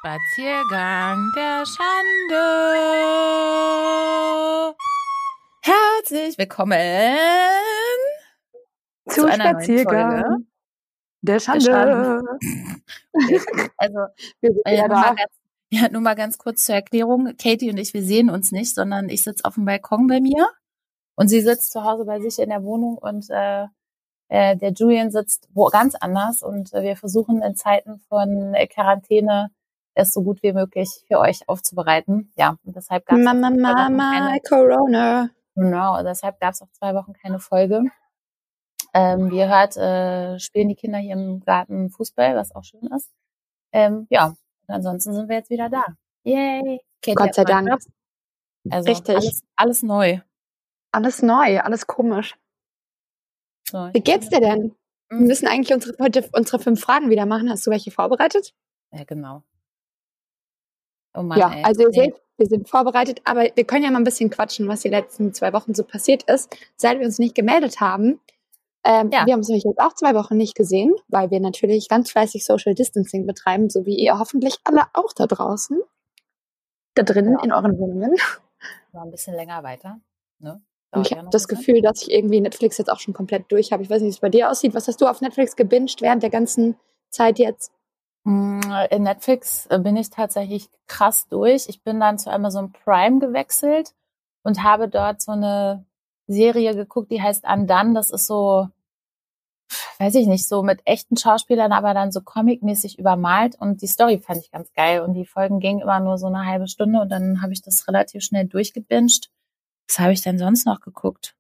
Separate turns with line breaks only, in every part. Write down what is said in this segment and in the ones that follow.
Spaziergang der Schande. Herzlich willkommen zu einer neuen Folge
der
der
Schande.
Schande. Okay. Also,
Wir sind wieder da.
nur mal ganz kurz zur Erklärung. Katie und ich, wir sehen uns nicht, sondern ich sitze auf dem Balkon bei mir und sie sitzt zu Hause bei sich in der Wohnung und der Julian sitzt wo ganz anders und wir versuchen in Zeiten von Quarantäne es so gut wie möglich für euch aufzubereiten. Ja, und deshalb gab es
Corona.
Genau, deshalb gab es auch 2 Wochen keine Folge. Wie ihr hört, spielen die Kinder hier im Garten Fußball, was auch schön ist. Ja, und ansonsten sind wir jetzt wieder da. Yay! Katie
Gott sei Dank.
Job. Also
Richtig.
Alles neu.
Alles neu, alles komisch.
So,
Wie geht's dir denn? Wir müssen eigentlich heute unsere 5 Fragen wieder machen. Hast du welche vorbereitet?
Ja, genau. Oh Mann,
ja,
ey.
Also ihr seht, wir sind vorbereitet, aber wir können ja mal ein bisschen quatschen, was die letzten 2 Wochen so passiert ist, seit wir uns nicht gemeldet haben.
Ja.
Wir haben uns nämlich jetzt auch 2 Wochen nicht gesehen, weil wir natürlich ganz fleißig Social Distancing betreiben, so wie ihr hoffentlich alle auch da draußen. Da drinnen in euren Wohnungen.
Noch ein bisschen länger weiter. Ne?
Und ich habe das Gefühl, dass ich irgendwie Netflix jetzt auch schon komplett durch habe. Ich weiß nicht, wie es bei dir aussieht. Was hast du auf Netflix gebinged während der ganzen Zeit jetzt?
In Netflix bin ich tatsächlich krass durch. Ich bin dann zu Amazon Prime gewechselt und habe dort so eine Serie geguckt, die heißt Undone. Das ist so, weiß ich nicht, so mit echten Schauspielern, aber dann so comicmäßig übermalt. Und die Story fand ich ganz geil. Und die Folgen gingen immer nur so eine halbe Stunde und dann habe ich das relativ schnell durchgebinged. Was habe ich denn sonst noch geguckt?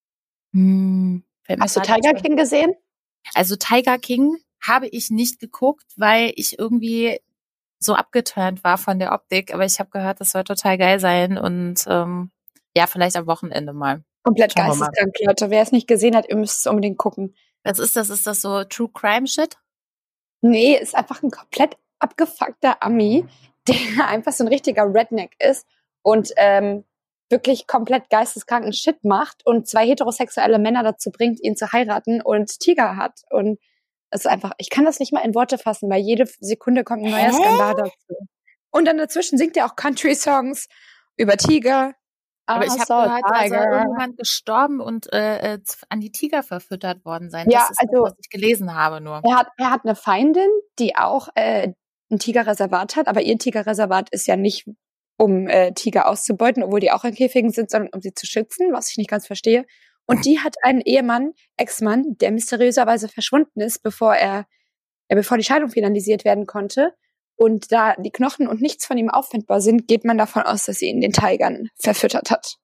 Hast du Tiger King gesehen?
Also Tiger King habe ich nicht geguckt, weil ich irgendwie so abgeturnt war von der Optik. Aber ich habe gehört, das soll total geil sein. Und ja, vielleicht am Wochenende mal.
Komplett geisteskrank, Leute. Wer es nicht gesehen hat, ihr müsst es unbedingt gucken.
Was ist das? Ist das so True Crime Shit?
Nee, ist einfach ein komplett abgefuckter Ami, der einfach so ein richtiger Redneck ist und wirklich komplett geisteskranken Shit macht und 2 heterosexuelle Männer dazu bringt, ihn zu heiraten und Tiger hat. Und es ist einfach, ich kann das nicht mal in Worte fassen, weil jede Sekunde kommt ein neuer Skandal dazu. Und dann dazwischen singt er auch Country-Songs über Tiger.
Aber ich habe gehört, da soll irgendjemand gestorben und an die Tiger verfüttert worden sein.
Ja,
das ist das, was ich gelesen habe nur.
Er hat eine Feindin, die auch ein Tigerreservat hat, aber ihr Tigerreservat ist ja nicht, um Tiger auszubeuten, obwohl die auch in Käfigen sind, sondern um sie zu schützen, was ich nicht ganz verstehe. Und die hat einen Ex-Mann, der mysteriöserweise verschwunden ist, bevor die Scheidung finalisiert werden konnte. Und da die Knochen und nichts von ihm auffindbar sind, geht man davon aus, dass sie ihn den Tigern verfüttert hat.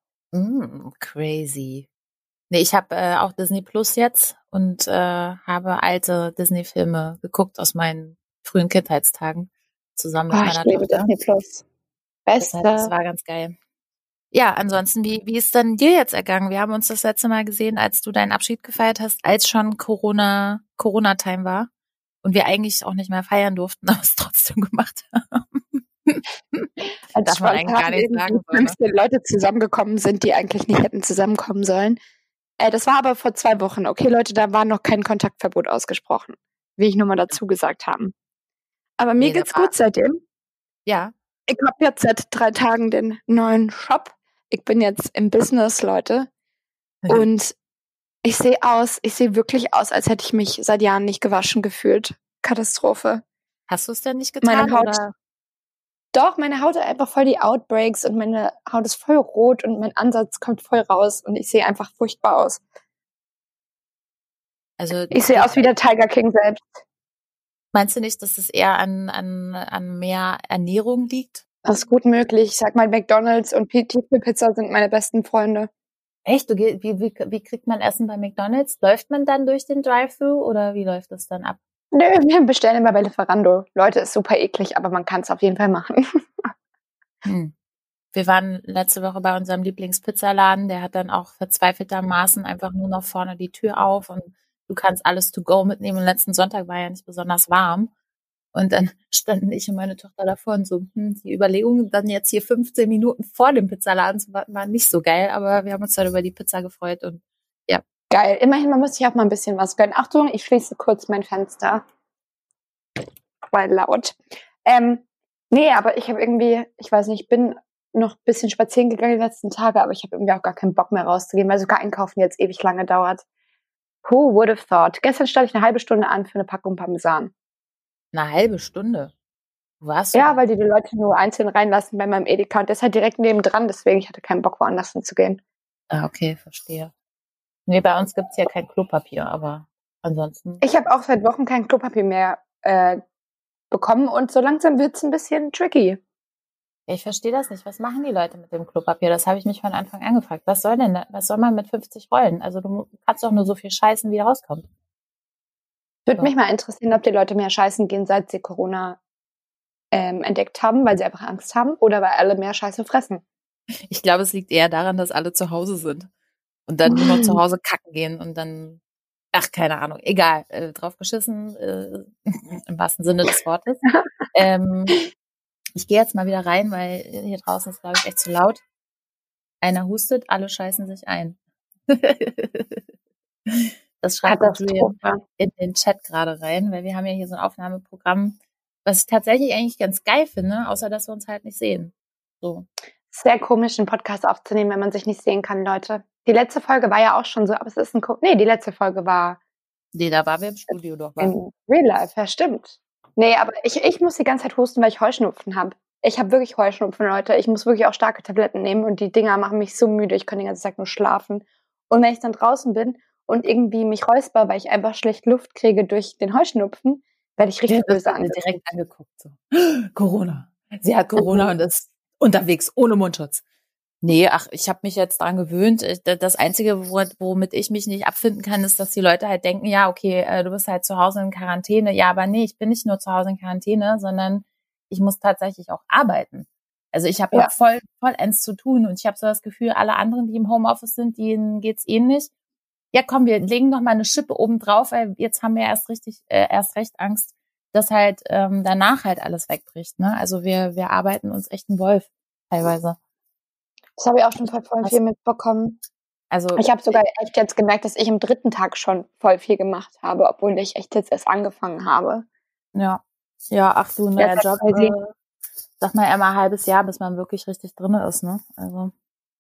Crazy. Nee, ich habe auch Disney Plus jetzt und habe alte Disney-Filme geguckt aus meinen frühen Kindheitstagen zusammen mit meiner
Tochter.
Disney
Plus. Beste.
Das war ganz geil. Ja, ansonsten, wie ist denn dir jetzt ergangen? Wir haben uns das letzte Mal gesehen, als du deinen Abschied gefeiert hast, als schon Corona-Time war und wir eigentlich auch nicht mehr feiern durften, aber es trotzdem gemacht haben.
Darf man eigentlich gar nicht sagen. 15 Leute zusammengekommen sind, die eigentlich nicht hätten zusammenkommen sollen. Das war aber vor 2 Wochen. Okay, Leute, da war noch kein Kontaktverbot ausgesprochen. Will ich nur mal dazu gesagt haben. Aber mir geht's gut seitdem.
Ja.
Ich habe jetzt seit 3 Tagen den neuen Shop. Ich bin jetzt im Business, Leute. Und ich sehe wirklich aus, als hätte ich mich seit Jahren nicht gewaschen gefühlt. Katastrophe.
Hast du es denn nicht getan?
Meine Haut,
oder?
Doch, meine Haut hat einfach voll die Outbreaks und meine Haut ist voll rot und mein Ansatz kommt voll raus und ich sehe einfach furchtbar aus. Also ich sehe aus wie der Tiger King selbst.
Meinst du nicht, dass es eher an mehr Ernährung liegt?
Das ist gut möglich. Ich sag mal, McDonald's und Tiefkühlpizza sind meine besten Freunde.
Echt? Wie kriegt man Essen bei McDonald's? Läuft man dann durch den Drive-Thru oder wie läuft das dann ab?
Nö, wir bestellen immer bei Lieferando. Leute, ist super eklig, aber man kann es auf jeden Fall machen.
Wir waren letzte Woche bei unserem Lieblingspizzaladen. Der hat dann auch verzweifeltermaßen einfach nur noch vorne die Tür auf und du kannst alles to go mitnehmen. Und letzten Sonntag war ja nicht besonders warm. Und dann standen ich und meine Tochter davor und so, die Überlegung, dann jetzt hier 15 Minuten vor dem Pizzaladen zu warten, war nicht so geil. Aber wir haben uns dann über die Pizza gefreut und ja.
Geil. Immerhin, man muss sich auch mal ein bisschen was gönnen. Achtung, ich schließe kurz mein Fenster. Weil laut. Nee, aber ich habe irgendwie, ich weiß nicht, ich bin noch ein bisschen spazieren gegangen die letzten Tage, aber ich habe irgendwie auch gar keinen Bock mehr rauszugehen, weil sogar Einkaufen jetzt ewig lange dauert. Who would have thought? Gestern stand ich eine halbe Stunde an für eine Packung Parmesan.
Eine halbe Stunde. Wo warst du
Ja,
denn?
weil die Leute nur einzeln reinlassen bei meinem Edeka und der ist halt direkt nebendran, deswegen ich hatte keinen Bock, woanders hinzugehen.
Ah, okay, verstehe. Nee, bei uns gibt's ja kein Klopapier, aber ansonsten.
Ich habe auch seit Wochen kein Klopapier mehr bekommen und so langsam wird's ein bisschen tricky.
Ich verstehe das nicht. Was machen die Leute mit dem Klopapier? Das habe ich mich von Anfang an gefragt. Was soll denn da? Was soll man mit 50 Rollen? Also du kannst doch nur so viel scheißen, wie rauskommt.
Würde
So.
mich mal interessieren, ob die Leute mehr scheißen gehen, seit sie Corona entdeckt haben, weil sie einfach Angst haben oder weil alle mehr Scheiße fressen.
Ich glaube, es liegt eher daran, dass alle zu Hause sind und dann nur noch zu Hause kacken gehen und dann, ach, keine Ahnung, egal, drauf geschissen, im wahrsten Sinne des Wortes. Ich gehe jetzt mal wieder rein, weil hier draußen ist, glaube ich, echt zu laut. Einer hustet, alle scheißen sich ein. Das schreibt mir Julian
Katastrophe.
in den Chat gerade rein, weil wir haben ja hier so ein Aufnahmeprogramm, was ich tatsächlich eigentlich ganz geil finde, außer dass wir uns halt nicht sehen. So.
Sehr komisch, einen Podcast aufzunehmen, wenn man sich nicht sehen kann, Leute. Die letzte Folge war ja auch schon so, aber es ist ein... Nee, die letzte Folge war
Nee, da waren wir im Studio doch, war.
in Real Life, ja, stimmt. Nee, aber ich muss die ganze Zeit husten, weil ich Heuschnupfen habe. Ich habe wirklich Heuschnupfen, Leute. Ich muss wirklich auch starke Tabletten nehmen und die Dinger machen mich so müde. Ich kann den ganzen Tag nur schlafen. Und wenn ich dann draußen bin und irgendwie mich räusper, weil ich einfach schlecht Luft kriege durch den Heuschnupfen, werde ich richtig böse angeguckt.
Direkt angeguckt. So. Corona. Sie hat Corona und ist unterwegs, ohne Mundschutz. Nee, ach, ich habe mich jetzt dran gewöhnt. Das Einzige, womit ich mich nicht abfinden kann, ist, dass die Leute halt denken, ja, okay, du bist halt zu Hause in Quarantäne. Ja, aber nee, ich bin nicht nur zu Hause in Quarantäne, sondern ich muss tatsächlich auch arbeiten. Also ich habe ja vollends zu tun und ich habe so das Gefühl, alle anderen, die im Homeoffice sind, denen geht's ähnlich. Ja, komm, wir legen noch mal eine Schippe oben drauf, weil jetzt haben wir erst recht Angst, dass halt danach halt alles wegbricht. Ne? Also wir arbeiten uns echt einen Wolf teilweise.
Das habe ich auch schon voll viel mitbekommen.
Also
ich habe sogar echt jetzt gemerkt, dass ich am 3. Tag schon voll viel gemacht habe, obwohl ich echt jetzt erst angefangen habe.
Ja, ach du, neuer Job, sag mal einmal ein halbes Jahr, bis man wirklich richtig drin ist, ne? Also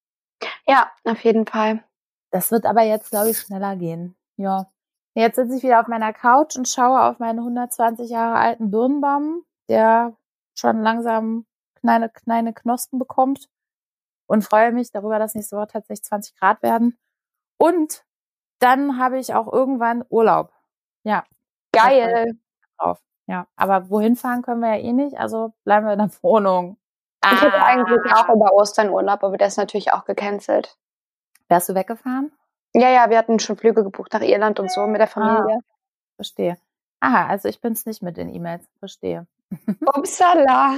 ja, auf jeden Fall.
das wird aber jetzt, glaube ich, schneller gehen. Ja. Jetzt sitze ich wieder auf meiner Couch und schaue auf meinen 120 Jahre alten Birnbaum, der schon langsam kleine Knospen bekommt und freue mich darüber, dass nächste Woche tatsächlich 20 Grad werden. Und dann habe ich auch irgendwann Urlaub. Ja.
Geil.
Drauf. Ja, aber wohin fahren können wir ja eh nicht, also bleiben wir in der Wohnung.
Ich hätte eigentlich auch über Ostern Urlaub, aber der ist natürlich auch gecancelt.
Wärst du weggefahren?
Ja, wir hatten schon Flüge gebucht nach Irland und so mit der Familie.
Verstehe. Aha, also ich bin's nicht mit den E-Mails. Verstehe.
Upsala.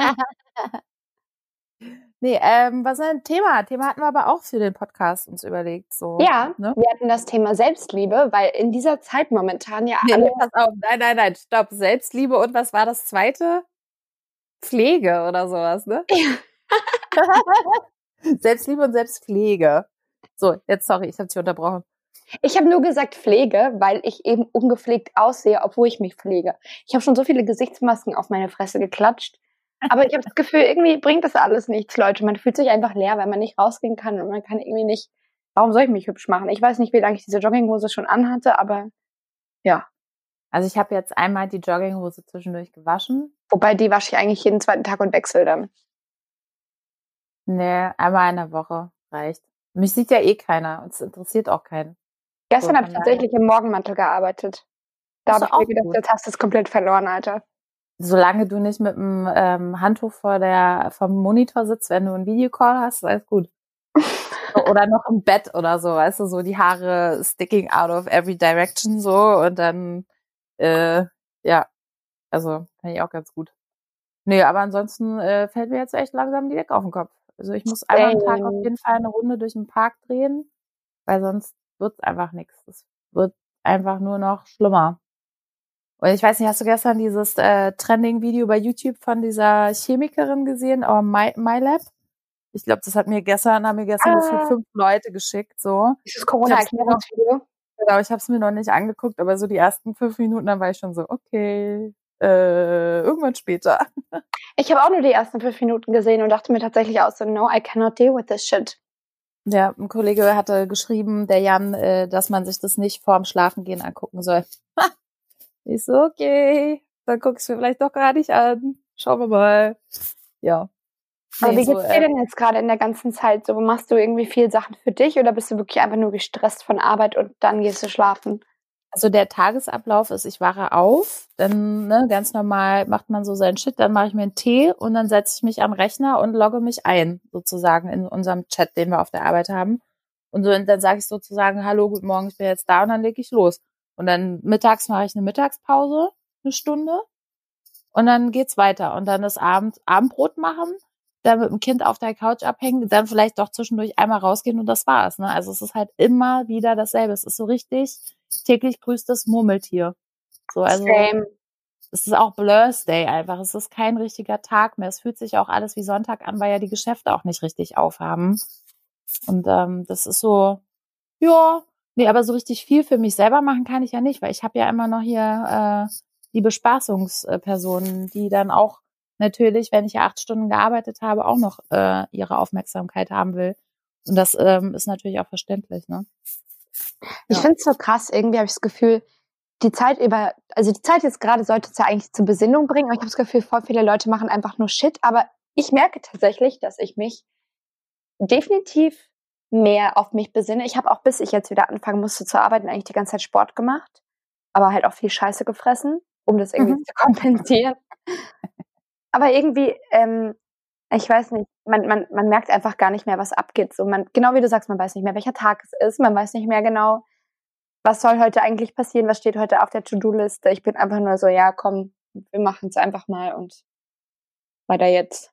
Nee, was ist ein Thema? Thema hatten wir aber auch für den Podcast uns überlegt. So,
Ja,
ne?
wir hatten das Thema Selbstliebe, weil in dieser Zeit momentan ja alle...
Nee, pass auf. Nein, stopp. Selbstliebe und was war das zweite? Pflege oder sowas, ne? Selbstliebe und Selbstpflege. So, jetzt sorry, ich habe dich unterbrochen.
Ich habe nur gesagt Pflege, weil ich eben ungepflegt aussehe, obwohl ich mich pflege. Ich habe schon so viele Gesichtsmasken auf meine Fresse geklatscht. Aber ich habe das Gefühl, irgendwie bringt das alles nichts, Leute. Man fühlt sich einfach leer, weil man nicht rausgehen kann und man kann irgendwie nicht... Warum soll ich mich hübsch machen? Ich weiß nicht, wie lange ich diese Jogginghose schon anhatte, aber ja.
Also ich habe jetzt einmal die Jogginghose zwischendurch gewaschen.
Wobei, die wasche ich eigentlich jeden 2. Tag und wechsle dann.
Nee, einmal in der Woche reicht. Mich sieht ja eh keiner und es interessiert auch keinen.
Gestern habe ich tatsächlich im Morgenmantel gearbeitet. Da habe ich mir gedacht, jetzt hast du es komplett verloren, Alter.
Solange du nicht mit dem Handtuch vom Monitor sitzt, wenn du einen Videocall hast, ist alles gut. Oder noch im Bett oder so, weißt du, so die Haare sticking out of every direction so und dann, ja, also fand ich auch ganz gut. Nee, aber ansonsten fällt mir jetzt echt langsam die Decke auf den Kopf. Also ich muss einmal am Tag auf jeden Fall eine Runde durch den Park drehen, weil sonst wird's einfach nichts. Es wird einfach nur noch schlimmer. Und ich weiß nicht, hast du gestern dieses Trending-Video bei YouTube von dieser Chemikerin gesehen, MyLab? Ich glaube, das haben mir gestern gefühlt 5 Leute geschickt. So.
Dieses Corona-Erklärungsvideo?
Genau, ich habe es mir noch nicht angeguckt, aber so die ersten 5 Minuten, dann war ich schon so, okay, irgendwann später.
Ich habe auch nur die ersten 5 Minuten gesehen und dachte mir tatsächlich auch so, no, I cannot deal with this shit.
Ja, ein Kollege hatte geschrieben, der Jan, dass man sich das nicht vorm Schlafengehen angucken soll. Ich so, okay, dann guck ich es mir vielleicht doch gar nicht an. Schauen wir mal. Ja.
Aber
Nee,
wie
so,
geht's dir denn jetzt gerade in der ganzen Zeit? So, machst du irgendwie viel Sachen für dich oder bist du wirklich einfach nur gestresst von Arbeit und dann gehst du schlafen?
also der Tagesablauf ist, ich wache auf, dann ganz normal macht man so seinen Shit, dann mache ich mir einen Tee und dann setze ich mich am Rechner und logge mich ein, sozusagen in unserem Chat, den wir auf der Arbeit haben. Und so, und dann sage ich sozusagen, hallo, guten Morgen, ich bin jetzt da und dann lege ich los. Und dann mittags mache ich eine Mittagspause, eine Stunde und dann geht's weiter. Und dann ist Abendbrot machen, dann mit dem Kind auf der Couch abhängen, dann vielleicht doch zwischendurch einmal rausgehen und das war's. Ne? Also es ist halt immer wieder dasselbe. Es ist so richtig täglich grüßt das Murmeltier. So, also
Same.
es ist auch Blur's Day einfach. Es ist kein richtiger Tag mehr. Es fühlt sich auch alles wie Sonntag an, weil ja die Geschäfte auch nicht richtig aufhaben. Und das ist so, ja, nee, aber so richtig viel für mich selber machen kann ich ja nicht, weil ich habe ja immer noch hier die Bespaßungspersonen, die dann auch natürlich, wenn ich ja 8 Stunden gearbeitet habe, auch noch ihre Aufmerksamkeit haben will. Und das ist natürlich auch verständlich, ne?
Ich
Ja.
finde es so krass, irgendwie habe ich das Gefühl, die Zeit jetzt gerade sollte es ja eigentlich zur Besinnung bringen, aber ich habe das Gefühl, voll viele Leute machen einfach nur Shit, aber ich merke tatsächlich, dass ich mich definitiv mehr auf mich besinne. Ich habe auch, bis ich jetzt wieder anfangen musste zu arbeiten, eigentlich die ganze Zeit Sport gemacht, aber halt auch viel Scheiße gefressen, um das irgendwie zu kompensieren. Aber irgendwie, ich weiß nicht, man merkt einfach gar nicht mehr, was abgeht. So, genau wie du sagst, man weiß nicht mehr, welcher Tag es ist, man weiß nicht mehr genau, was soll heute eigentlich passieren, was steht heute auf der To-Do-Liste. Ich bin einfach nur so, ja, komm, wir machen es einfach mal und weiter jetzt.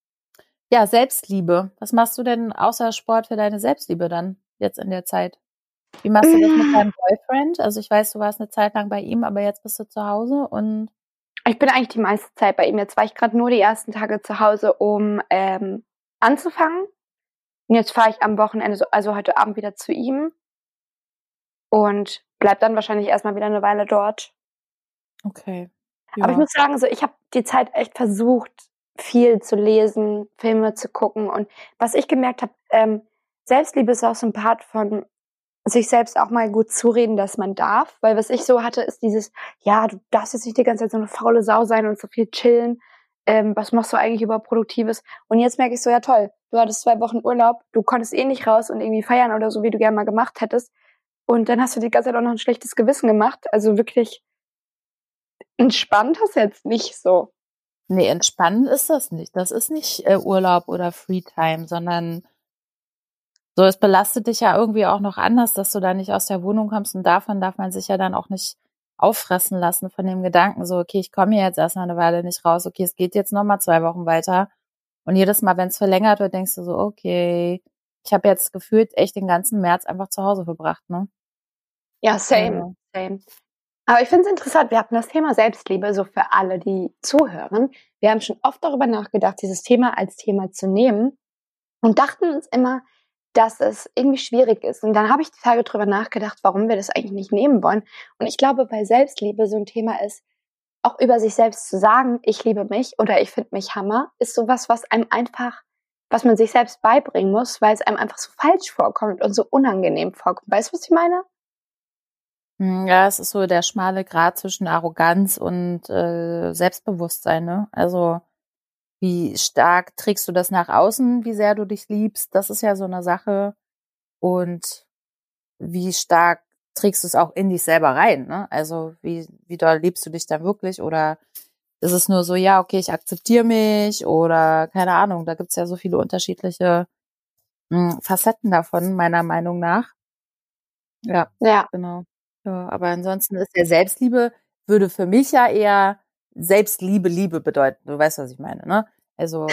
Ja, Selbstliebe. Was machst du denn außer Sport für deine Selbstliebe dann jetzt in der Zeit? Wie machst du das mit deinem Boyfriend? Also ich weiß, du warst eine Zeit lang bei ihm, aber jetzt bist du zu Hause und
Ich bin eigentlich die meiste Zeit bei ihm. Jetzt war ich gerade nur die ersten Tage zu Hause, um anzufangen. Und jetzt fahre ich am Wochenende, also heute Abend wieder zu ihm und bleib dann wahrscheinlich erstmal wieder eine Weile dort.
okay.
Aber ich
Ja.
muss sagen, so ich habe die Zeit echt versucht, viel zu lesen, Filme zu gucken. Und was ich gemerkt habe, Selbstliebe ist auch so ein Part von sich selbst auch mal gut zureden, dass man darf. Weil was ich so hatte, ist dieses, ja, du darfst jetzt nicht die ganze Zeit so eine faule Sau sein und so viel chillen. Was machst du eigentlich über Produktives? Und jetzt merke ich so, ja toll, du hattest 2 Wochen Urlaub, du konntest eh nicht raus und irgendwie feiern oder so, wie du gerne mal gemacht hättest. Und dann hast du die ganze Zeit auch noch ein schlechtes Gewissen gemacht. Also wirklich entspannt hast du jetzt nicht so.
Nee, entspannend ist das nicht. Das ist nicht Urlaub oder Freetime, sondern so, es belastet dich ja irgendwie auch noch anders, dass du da nicht aus der Wohnung kommst und davon darf man sich ja dann auch nicht auffressen lassen von dem Gedanken, so, okay, ich komme hier jetzt erstmal eine Weile nicht raus, okay, es geht jetzt nochmal 2 Wochen weiter. Und jedes Mal, wenn es verlängert wird, denkst du so, okay, ich habe jetzt gefühlt echt den ganzen März einfach zu Hause verbracht, ne?
Ja, same,
Also,
same. Aber ich finde es interessant, wir hatten das Thema Selbstliebe, so für alle, die zuhören. Wir haben schon oft darüber nachgedacht, dieses Thema als Thema zu nehmen und dachten uns immer, dass es irgendwie schwierig ist. Und dann habe ich die Tage drüber nachgedacht, warum wir das eigentlich nicht nehmen wollen. Und ich glaube, weil Selbstliebe so ein Thema ist, auch über sich selbst zu sagen, ich liebe mich oder ich finde mich Hammer, ist sowas, was einem einfach, was man sich selbst beibringen muss, weil es einem einfach so falsch vorkommt und so unangenehm vorkommt. Weißt du, was ich meine?
ja, es ist so der schmale Grat zwischen Arroganz und Selbstbewusstsein, ne? Also, wie stark trägst du das nach außen, wie sehr du dich liebst, das ist ja so eine Sache. Und wie stark trägst du es auch in dich selber rein, ne? Also, wie doll liebst du dich da wirklich? Oder ist es nur so, ja, okay, ich akzeptiere mich oder keine Ahnung, da gibt's ja so viele unterschiedliche Facetten davon, meiner Meinung nach. Ja,
Ja.
genau. Ja, aber ansonsten ist ja Selbstliebe, würde für mich ja eher Selbstliebe, Liebe bedeuten. Du weißt, was ich meine, ne? Also,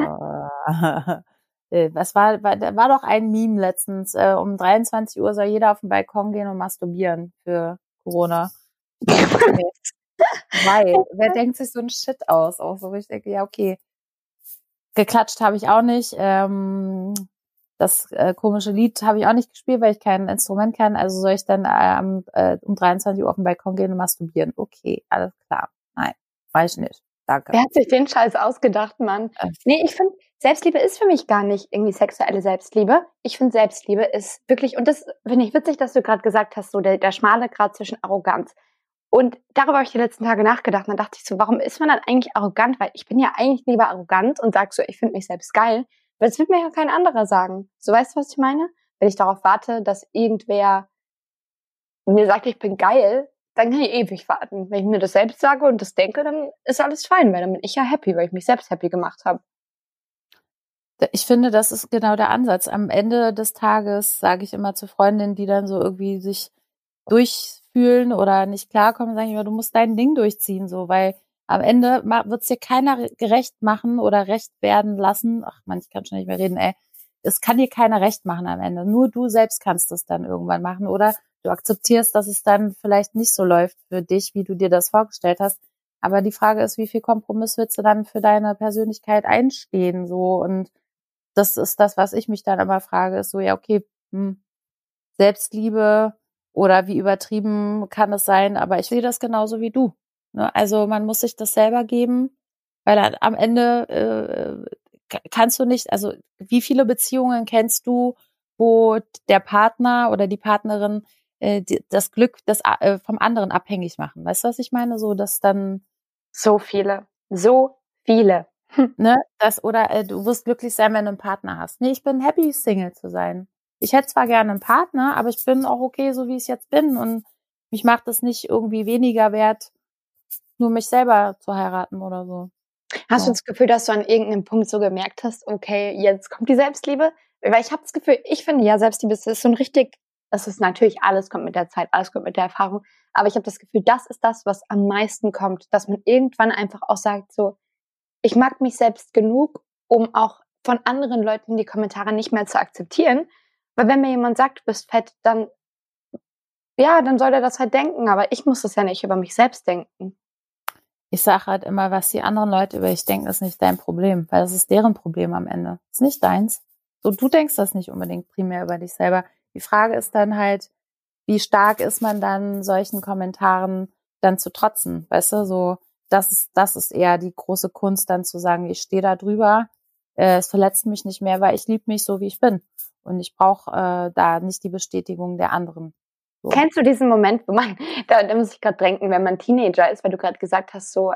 da war doch ein Meme letztens, um 23 Uhr soll jeder auf den Balkon gehen und masturbieren für Corona. Ich denke, okay, weil, wer denkt sich so ein Shit aus? Auch so, wo ich denke, ja, okay, geklatscht habe ich auch nicht. Das komische Lied habe ich auch nicht gespielt, weil ich kein Instrument kann. Also soll ich dann um 23 Uhr auf den Balkon gehen und masturbieren? Okay, alles klar. Nein. weiß ich nicht. Danke.
Wer hat sich den Scheiß ausgedacht, Mann? Nee, ich finde, Selbstliebe ist für mich gar nicht irgendwie sexuelle Selbstliebe. Ich finde, Selbstliebe ist wirklich, und das finde ich witzig, dass du gerade gesagt hast, so der schmale Grat zwischen Arroganz. Und darüber habe ich die letzten Tage nachgedacht. Und dann dachte ich so, warum ist man dann eigentlich arrogant? Weil ich bin ja eigentlich lieber arrogant und sag so, ich finde mich selbst geil. Weil das wird mir ja kein anderer sagen. So, weißt du, was ich meine? Wenn ich darauf warte, dass irgendwer mir sagt, ich bin geil, dann kann ich ewig warten. Wenn ich mir das selbst sage und das denke, dann ist alles fein, weil dann bin ich ja happy, weil ich mich selbst happy gemacht habe.
Ich finde, das ist genau der Ansatz. Am Ende des Tages sage ich immer zu Freundinnen, die dann so irgendwie sich durchfühlen oder nicht klarkommen, sage ich immer, du musst dein Ding durchziehen, so, weil am Ende wird's dir keiner gerecht machen oder recht werden lassen. Ach man, ich kann schon nicht mehr reden, ey. Es kann dir keiner recht machen am Ende. Nur du selbst kannst es dann irgendwann machen oder du akzeptierst, dass es dann vielleicht nicht so läuft für dich, wie du dir das vorgestellt hast. Aber die Frage ist, wie viel Kompromiss willst du dann für deine Persönlichkeit einstehen, so, und das ist das, was ich mich dann immer frage, ist so, ja, okay, Selbstliebe oder wie übertrieben kann es sein, aber ich sehe das genauso wie du. Ne? Also man muss sich das selber geben, weil am Ende kannst du nicht, also wie viele Beziehungen kennst du, wo der Partner oder die Partnerin das Glück vom anderen abhängig machen? Weißt du, was ich meine? So, dass dann
So viele. So viele.
ne, oder du wirst glücklich sein, wenn du einen Partner hast. Nee, ich bin happy, Single zu sein. Ich hätte zwar gerne einen Partner, aber ich bin auch okay, so wie ich jetzt bin, und mich macht es nicht irgendwie weniger wert, nur mich selber zu heiraten oder so.
Hast du
So.
das Gefühl, dass du an irgendeinem Punkt so gemerkt hast, okay, jetzt kommt die Selbstliebe? Weil ich habe das Gefühl, ich finde ja, Selbstliebe ist so ein richtig, das ist natürlich, alles kommt mit der Zeit, alles kommt mit der Erfahrung, aber ich habe das Gefühl, das ist das, was am meisten kommt, dass man irgendwann einfach auch sagt, so, ich mag mich selbst genug, um auch von anderen Leuten die Kommentare nicht mehr zu akzeptieren. Weil wenn mir jemand sagt, du bist fett, dann, ja, dann soll er das halt denken, aber ich muss das ja nicht über mich selbst denken.
Ich sage halt immer, was die anderen Leute über dich denken, ist nicht dein Problem, weil das ist deren Problem am Ende. Das ist nicht deins. So, du denkst das nicht unbedingt primär über dich selber. Die Frage ist dann halt, wie stark ist man dann solchen Kommentaren dann zu trotzen, weißt du, so, das ist eher die große Kunst, dann zu sagen, ich stehe da drüber, es verletzt mich nicht mehr, weil ich liebe mich so, wie ich bin, und ich brauche da nicht die Bestätigung der anderen. So.
Kennst du diesen Moment, wo man, da muss ich gerade denken, wenn man Teenager ist, weil du gerade gesagt hast, so,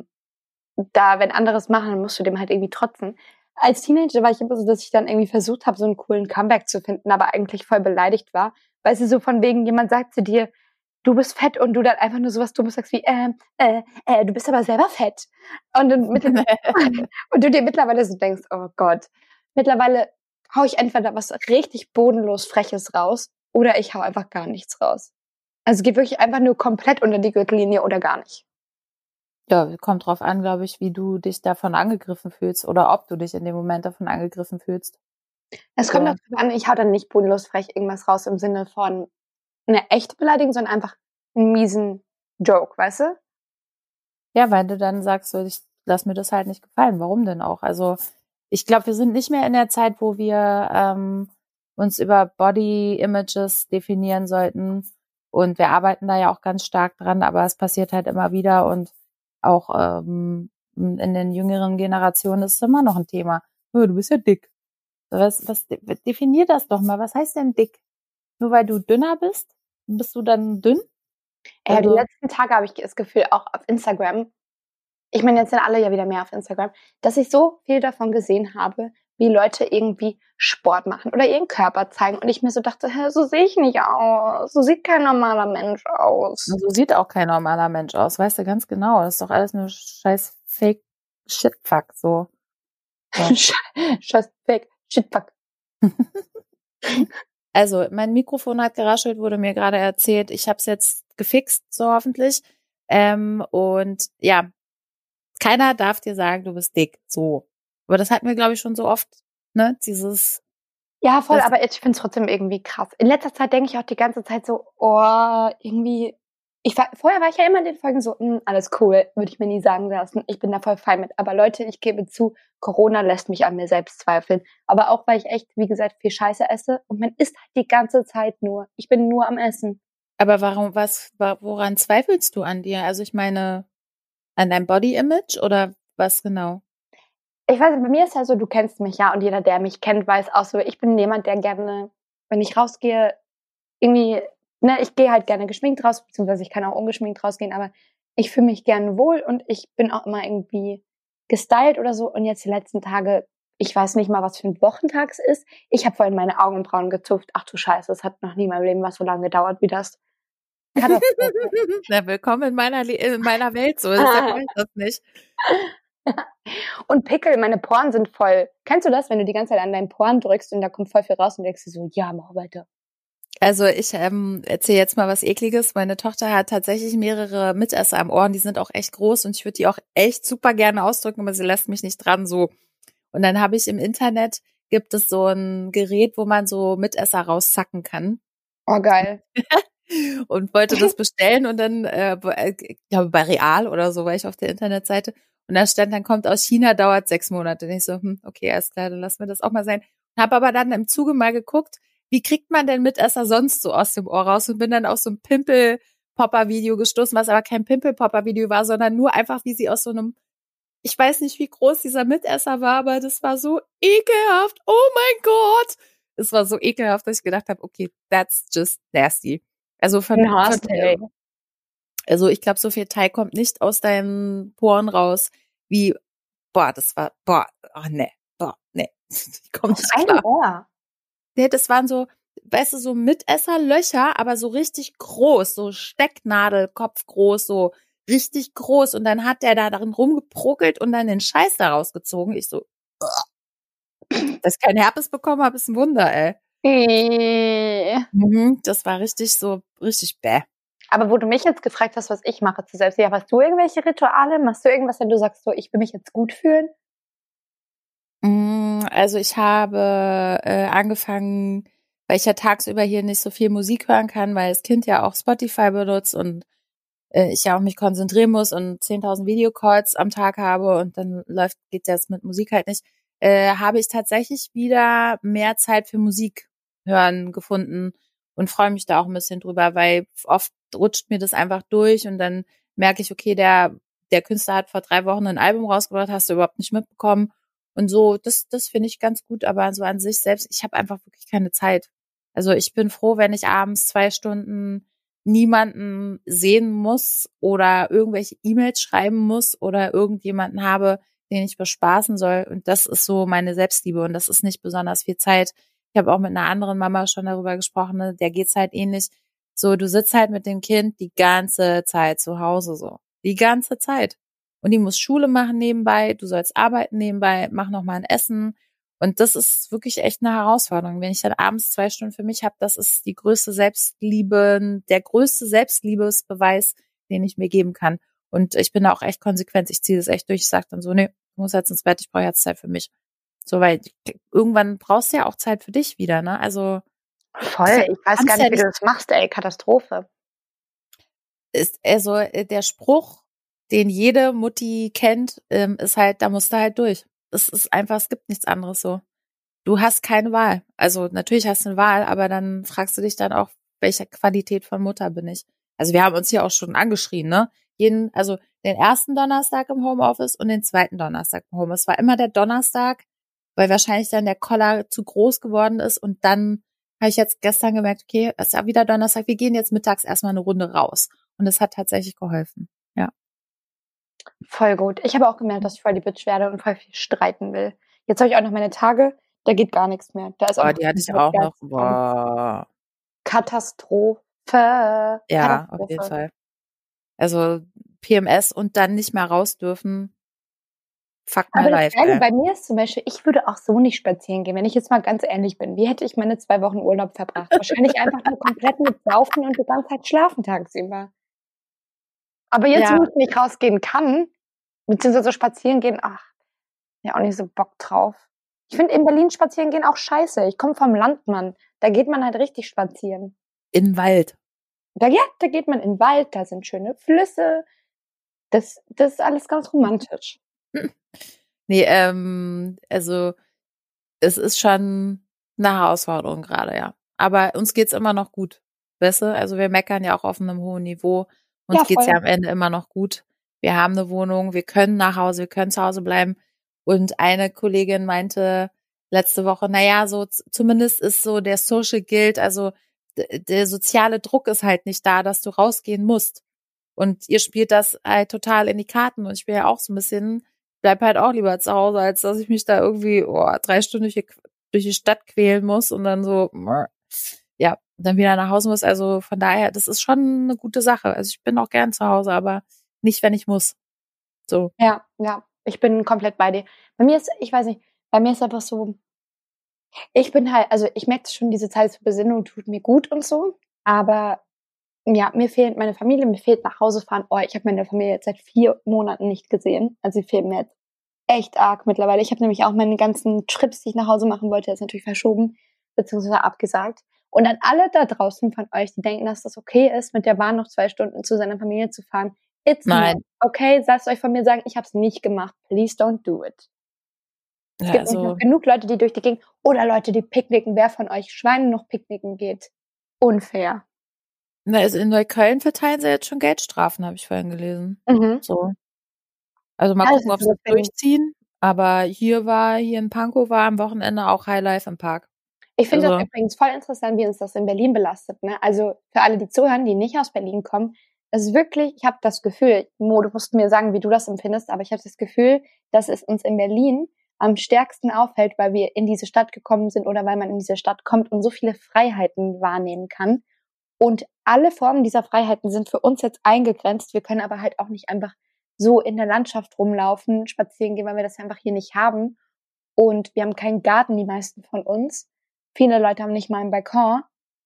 da, wenn anderes machen, dann musst du dem halt irgendwie trotzen. Als Teenager war ich immer so, dass ich dann irgendwie versucht habe, so einen coolen Comeback zu finden, aber eigentlich voll beleidigt war. Weil sie so von wegen, jemand sagt zu dir, du bist fett, und du dann einfach nur sowas Dummes sagst wie, du bist aber selber fett. Und, und du dir mittlerweile so denkst, oh Gott, mittlerweile hau ich entweder was richtig bodenlos Freches raus oder ich hau einfach gar nichts raus. Also geh wirklich einfach nur komplett unter die Gürtellinie oder gar nicht.
Ja, kommt drauf an, glaube ich, wie du dich davon angegriffen fühlst oder ob du dich in dem Moment davon angegriffen fühlst.
Es kommt darauf an, ich hau dann nicht bodenlos frech irgendwas raus im Sinne von eine echte Beleidigung, sondern einfach einen miesen Joke, weißt du?
Ja, weil du dann sagst, so, ich lass mir das halt nicht gefallen. Warum denn auch? Also ich glaube, wir sind nicht mehr in der Zeit, wo wir uns über Body Images definieren sollten. Und wir arbeiten da ja auch ganz stark dran, aber es passiert halt immer wieder, und auch in den jüngeren Generationen ist es immer noch ein Thema. Oh, du bist ja dick. Was definier das doch mal. Was heißt denn dick? Nur weil du dünner bist du dann dünn?
Ja, die
Also,
letzten Tage habe ich das Gefühl, auch auf Instagram, ich meine, jetzt sind alle ja wieder mehr auf Instagram, dass ich so viel davon gesehen habe, wie Leute irgendwie Sport machen oder ihren Körper zeigen. Und ich mir so dachte, hä, so sehe ich nicht aus. So sieht kein normaler Mensch aus.
so sieht auch kein normaler Mensch aus, weißt du ganz genau. Das ist doch alles nur scheiß Fake-Shit-Fuck, so.
Scheiß Fake, Shitfuck.
Also, mein Mikrofon hat geraschelt, wurde mir gerade erzählt. Ich habe es jetzt gefixt, so hoffentlich. Und ja, keiner darf dir sagen, du bist dick, so. Aber das hatten wir, glaube ich, schon so oft, ne?
Ja, voll, aber ich finde es trotzdem irgendwie krass. In letzter Zeit denke ich auch die ganze Zeit so, oh, irgendwie, vorher war ich ja immer in den Folgen so, alles cool, würde ich mir nie sagen lassen. Ich bin da voll fein mit. Aber Leute, ich gebe zu, Corona lässt mich an mir selbst zweifeln. Aber auch, weil ich echt, wie gesagt, viel Scheiße esse, und man isst halt die ganze Zeit nur. Ich bin nur am Essen.
Aber woran zweifelst du an dir? Also ich meine, An deinem Body Image oder was genau?
Ich weiß nicht, bei mir ist ja so, du kennst mich ja und jeder, der mich kennt, weiß auch so, ich bin jemand, der gerne, wenn ich rausgehe, irgendwie, ne, ich gehe halt gerne geschminkt raus, beziehungsweise ich kann auch ungeschminkt rausgehen, aber ich fühle mich gerne wohl und ich bin auch immer irgendwie gestylt oder so. Und jetzt die letzten Tage, ich weiß nicht mal, was für ein Wochentag es ist. Ich habe vorhin meine Augenbrauen gezupft. Ach du Scheiße, es hat noch nie in meinem Leben was so lange gedauert wie das. Katastrophe.
Na, willkommen in meiner Welt, so deshalb mache ich das nicht.
Und Pickel, meine Poren sind voll. Kennst du das, wenn du die ganze Zeit an deinen Poren drückst und da kommt voll viel raus und denkst dir so, ja, mach weiter.
Also ich erzähle jetzt mal was Ekliges. Meine Tochter hat tatsächlich mehrere Mitesser am Ohr und die sind auch echt groß und ich würde die auch echt super gerne ausdrücken, aber sie lässt mich nicht dran so. Und dann habe ich im Internet, gibt es so ein Gerät, wo man so Mitesser rauszacken kann.
Oh, geil.
Und wollte das bestellen und dann, ich glaube bei Real oder so war ich auf der Internetseite und da stand, dann kommt aus China, dauert 6 Monate. Und ich so, okay, alles klar, dann lassen wir das auch mal sein. Habe aber dann im Zuge mal geguckt, wie kriegt man denn Mitesser sonst so aus dem Ohr raus und bin dann auf so ein Pimple-Popper-Video gestoßen, was aber kein Pimple-Popper-Video war, sondern nur einfach, wie sie aus so einem, ich weiß nicht, wie groß dieser Mitesser war, aber das war so ekelhaft. Oh mein Gott! Es war so ekelhaft, dass ich gedacht habe, okay, that's just nasty. Also also ich glaube, so viel Teig kommt nicht aus deinen Poren raus, wie, nee, ich komme
Aus
nicht
einem
klar.
Ohr.
Nee, das waren so, weißt du, so Mitesserlöcher, aber so richtig groß, so Stecknadelkopf groß, so richtig groß. Und dann hat der da darin rumgeprokelt und dann den Scheiß da rausgezogen. Ich so, dass ich keinen Herpes bekommen habe, ist ein Wunder, ey. Das war richtig bäh.
Aber wo du mich jetzt gefragt hast, was ich mache zu Selbstliebe, hast du irgendwelche Rituale? Machst du irgendwas, wenn du sagst, so, ich will mich jetzt gut fühlen?
Also ich habe angefangen, weil ich ja tagsüber hier nicht so viel Musik hören kann, weil das Kind ja auch Spotify benutzt und ich ja auch mich konzentrieren muss und 10.000 Videocalls am Tag habe und dann geht's jetzt mit Musik halt nicht, habe ich tatsächlich wieder mehr Zeit für Musik hören gefunden und freue mich da auch ein bisschen drüber, weil oft rutscht mir das einfach durch und dann merke ich, okay, der Künstler hat vor 3 Wochen ein Album rausgebracht, hast du überhaupt nicht mitbekommen und so, das finde ich ganz gut, aber so an sich selbst, ich habe einfach wirklich keine Zeit. Also ich bin froh, wenn ich abends 2 Stunden niemanden sehen muss oder irgendwelche E-Mails schreiben muss oder irgendjemanden habe, den ich bespaßen soll. Und das ist so meine Selbstliebe und das ist nicht besonders viel Zeit. Ich habe auch mit einer anderen Mama schon darüber gesprochen, ne? Der geht's halt ähnlich. So, du sitzt halt mit dem Kind die ganze Zeit zu Hause so. Die ganze Zeit. Und die muss Schule machen nebenbei, du sollst arbeiten nebenbei, mach noch mal ein Essen. Und das ist wirklich echt eine Herausforderung. Wenn ich dann abends 2 Stunden für mich habe, das ist die größte Selbstliebe, der größte Selbstliebesbeweis, den ich mir geben kann. Und ich bin da auch echt konsequent. Ich ziehe das echt durch. Ich sage dann so, nee, ich muss jetzt ins Bett, ich brauche jetzt Zeit für mich. So, weil irgendwann brauchst du ja auch Zeit für dich wieder, ne? Also
Voll, ich weiß gar nicht, wie du das machst, ey, Katastrophe.
Ist also der Spruch, den jede Mutti kennt, ist halt, da musst du halt durch. Es ist einfach, es gibt nichts anderes so. Du hast keine Wahl. Also natürlich hast du eine Wahl, aber dann fragst du dich dann auch, welche Qualität von Mutter bin ich? Also wir haben uns hier auch schon angeschrien, ne? Also den ersten Donnerstag im Homeoffice und den zweiten Donnerstag im Homeoffice. Es war immer der Donnerstag, weil wahrscheinlich dann der Koller zu groß geworden ist und dann habe ich jetzt gestern gemerkt, okay, es ist ja wieder Donnerstag, wir gehen jetzt mittags erstmal eine Runde raus. Und es hat tatsächlich geholfen. Ja.
Voll gut. Ich habe auch gemerkt, dass ich voll die Bitch werde und voll viel streiten will. Jetzt habe ich auch noch meine Tage, da geht gar nichts mehr. Da ist auch
Die hatte ich auch noch. Boah.
Katastrophe.
Ja, auf jeden Fall. Also PMS und dann nicht mehr raus dürfen. Fuck my life.
Aber das Geile bei mir ist zum Beispiel, ich würde auch so nicht spazieren gehen, wenn ich jetzt mal ganz ehrlich bin. Wie hätte ich meine 2 Wochen Urlaub verbracht? Wahrscheinlich einfach nur komplett mit Saufen und die ganze Zeit schlafen tagsüber. Aber jetzt, wo ich nicht rausgehen kann, beziehungsweise spazieren gehen, ja auch nicht so Bock drauf. Ich finde in Berlin spazieren gehen auch scheiße. Ich komme vom Land, Mann. Da geht man halt richtig spazieren.
In den Wald.
Da geht man in den Wald, da sind schöne Flüsse. Das ist alles ganz romantisch.
Nee, also es ist schon eine Herausforderung gerade, ja. Aber uns geht's immer noch gut. Weißt du? Also wir meckern ja auch auf einem hohen Niveau. Uns geht's ja am Ende immer noch gut. wir haben eine Wohnung, wir können nach Hause, wir können zu Hause bleiben. Und eine Kollegin meinte letzte Woche, naja, so zumindest ist so der Social Guilt, also der soziale Druck ist halt nicht da, dass du rausgehen musst. Und ihr spielt das halt total in die Karten. Und ich bin ja auch so ein bisschen, bleib halt auch lieber zu Hause, als dass ich mich da irgendwie 3 Stunden durch die Stadt quälen muss und dann so, ja, dann wieder nach Hause muss. Also von daher, das ist schon eine gute Sache. Also ich bin auch gern zu Hause, aber nicht, wenn ich muss. So.
Ja, ja, ich bin komplett bei dir. Bei mir ist, ich weiß nicht, bei mir ist einfach so, ich bin halt, also ich merke schon, diese Zeit zur Besinnung tut mir gut und so, aber ja, mir fehlt meine Familie, mir fehlt nach Hause fahren. Oh, ich habe meine Familie jetzt seit 4 Monaten nicht gesehen. Also sie fehlen mir jetzt echt arg mittlerweile. Ich habe nämlich auch meine ganzen Trips, die ich nach Hause machen wollte, jetzt natürlich verschoben, beziehungsweise abgesagt. Und an alle da draußen von euch, die denken, dass das okay ist, mit der Bahn noch 2 Stunden zu seiner Familie zu fahren. It's not.
Nein.
Okay, lasst euch von mir sagen, ich habe es nicht gemacht. Please don't do it. Es
Ja,
gibt nämlich noch
also,
genug Leute, die durch die Gegend, oder Leute, die picknicken. Wer von euch Schweinen noch picknicken geht? Unfair.
also in Neukölln verteilen sie jetzt schon Geldstrafen, habe ich vorhin gelesen.
Mhm.
So. Also mal
Ja, das
gucken,
ist
ob
so
sie es
das Ding.
durchziehen. Aber hier in Pankow war am Wochenende auch Highlife im Park.
Ich finde das
Also,
übrigens voll interessant, wie uns das in Berlin belastet, ne? Also, für alle, die zuhören, die nicht aus Berlin kommen, es ist wirklich, ich habe das Gefühl, Mo, du musst mir sagen, wie du das empfindest, aber ich habe das Gefühl, dass es uns in Berlin am stärksten auffällt, weil wir in diese Stadt gekommen sind oder weil man in diese Stadt kommt und so viele Freiheiten wahrnehmen kann. Und alle Formen dieser Freiheiten sind für uns jetzt eingegrenzt. Wir können aber halt auch nicht einfach so in der Landschaft rumlaufen, spazieren gehen, weil wir das einfach hier nicht haben. Und wir haben keinen Garten, die meisten von uns. Viele Leute haben nicht mal einen Balkon.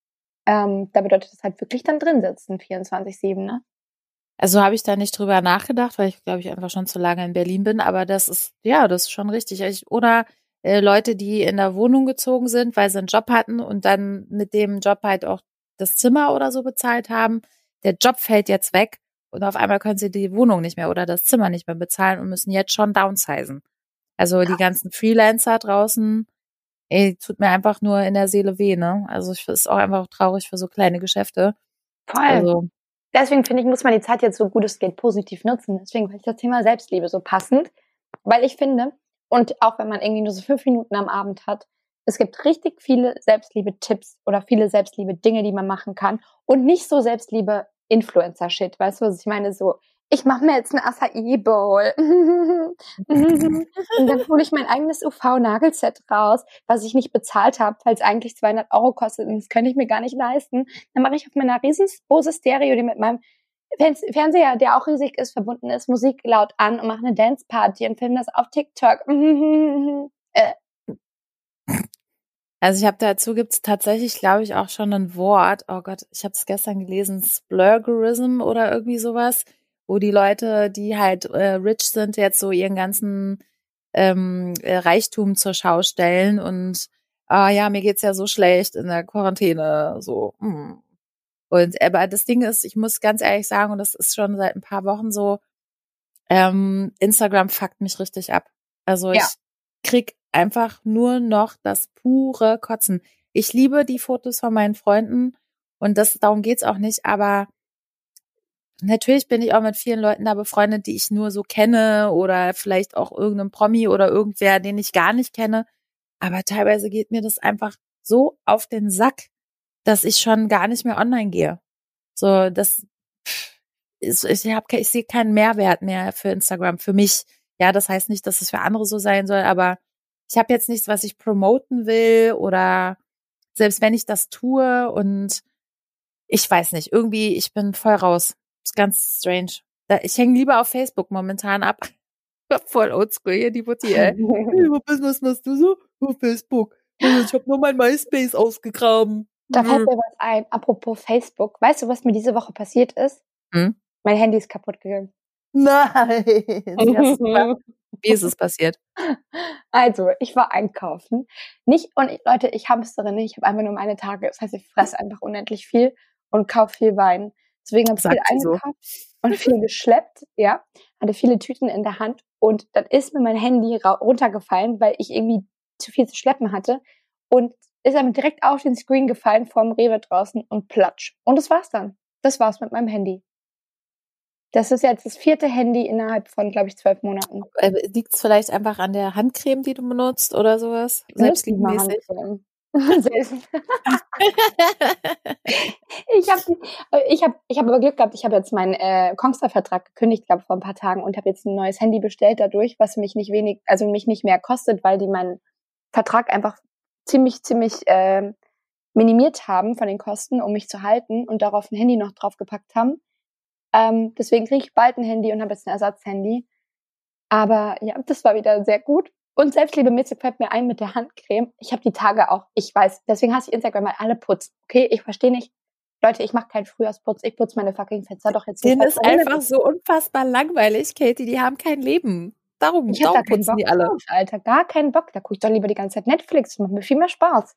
Da bedeutet das halt wirklich dann drin sitzen, 24/7, ne?
also habe ich da nicht drüber nachgedacht, weil ich, glaube ich, einfach schon zu lange in Berlin bin. Aber das ist schon richtig. Oder Leute, die in der Wohnung gezogen sind, weil sie einen Job hatten und dann mit dem Job halt auch das Zimmer oder so bezahlt haben. Der Job fällt jetzt weg und auf einmal können sie die Wohnung nicht mehr oder das Zimmer nicht mehr bezahlen und müssen jetzt schon downsizen. Also die ganzen Freelancer draußen, ey, tut mir einfach nur in der Seele weh, ne? Also ich ist auch einfach traurig für so kleine Geschäfte.
Voll.
Also,
Deswegen finde ich, muss man die Zeit jetzt so gut es geht positiv nutzen. Deswegen finde ich das Thema Selbstliebe so passend. Weil ich finde, und auch wenn man irgendwie nur so 5 Minuten am Abend hat, es gibt richtig viele Selbstliebe-Tipps oder viele Selbstliebe-Dinge, die man machen kann. Und nicht so Selbstliebe-Influencer-Shit. Weißt du, was ich meine? So, ich mache mir jetzt eine Acai-Bowl. Und dann hole ich mein eigenes UV-Nagelset raus, was ich nicht bezahlt habe, weil es eigentlich 200 € kostet. Und das könnte ich mir gar nicht leisten. Dann mache ich auf meiner riesengroße Stereo, die mit meinem Fernseher, der auch riesig ist, verbunden ist, Musik laut an und mache eine Dance-Party und filme das auf TikTok.
also ich habe dazu gibt's tatsächlich, glaube ich, auch schon ein Wort. Oh Gott, ich habe es gestern gelesen, Splurgerism oder irgendwie sowas, wo die Leute, die halt rich sind, jetzt so ihren ganzen Reichtum zur Schau stellen und ja, mir geht's ja so schlecht in der Quarantäne, so. Und aber das Ding ist, ich muss ganz ehrlich sagen, und das ist schon seit ein paar Wochen so, Instagram fuckt mich richtig ab. Also
Ja,
ich krieg einfach nur noch das pure Kotzen. Ich liebe die Fotos von meinen Freunden und darum geht's auch nicht, aber natürlich bin ich auch mit vielen Leuten da befreundet, die ich nur so kenne oder vielleicht auch irgendeinem Promi oder irgendwer, den ich gar nicht kenne. Aber teilweise geht mir das einfach so auf den Sack, dass ich schon gar nicht mehr online gehe. So, das ist, ich sehe keinen Mehrwert mehr für Instagram für mich. Ja, das heißt nicht, dass es für andere so sein soll, aber ich habe jetzt nichts, was ich promoten will oder selbst wenn ich das tue und ich weiß nicht, irgendwie, ich bin voll raus. Ist ganz strange. Ich hänge lieber auf Facebook momentan ab. Voll oldschool hier, die Mutti, ey. Hey, was machst du so? Auf Facebook. Ich habe nur mein MySpace ausgegraben.
da fällt mir was ein. Apropos Facebook. Weißt du, was mir diese Woche passiert ist?
Hm?
Mein Handy ist kaputt gegangen.
Nein. Wie ist es passiert?
Also, ich war einkaufen. Nicht, und Leute, ich hamstere nicht. Ich habe einfach nur meine Tage. Das heißt, ich fresse einfach unendlich viel und kaufe viel Wein. Deswegen habe ich viel
Sagt sie so.
eingekauft und viel geschleppt, ja. Hatte viele Tüten in der Hand und dann ist mir mein Handy runtergefallen, weil ich irgendwie zu viel zu schleppen hatte und ist dann direkt auf den Screen gefallen vorm Rewe draußen und platsch. Und das war's dann. Das war's mit meinem Handy. Das ist jetzt das 4. Handy innerhalb von, glaube ich, 12 Monaten.
Liegt es vielleicht einfach an der Handcreme, die du benutzt oder sowas?
Ich benutze nicht mal
Selbstliebemäßig?
Handcreme. Ich hab aber Glück gehabt. Ich habe jetzt meinen Kongstar-Vertrag gekündigt, glaube vor ein paar Tagen und habe jetzt ein neues Handy bestellt dadurch, was mich nicht mehr kostet, weil die meinen Vertrag einfach ziemlich minimiert haben von den Kosten, um mich zu halten und darauf ein Handy noch draufgepackt haben. Deswegen kriege ich bald ein Handy und habe jetzt ein Ersatzhandy. Aber ja, das war wieder sehr gut. Und selbstliebemäßig fällt mir ein mit der Handcreme. Ich habe die Tage auch, ich weiß, deswegen hasse ich Instagram, weil alle putzen. Okay, ich verstehe nicht. Leute, ich mache keinen Frühjahrsputz. Ich putze meine fucking Fenster doch jetzt nicht.
Denen ist einfach so unfassbar langweilig, Katie. Die haben kein Leben. Darum
Ich habe da keinen
putzen
Bock
die alle.
drauf, Alter. Gar keinen Bock. Da gucke ich doch lieber die ganze Zeit Netflix. Das macht mir viel mehr Spaß.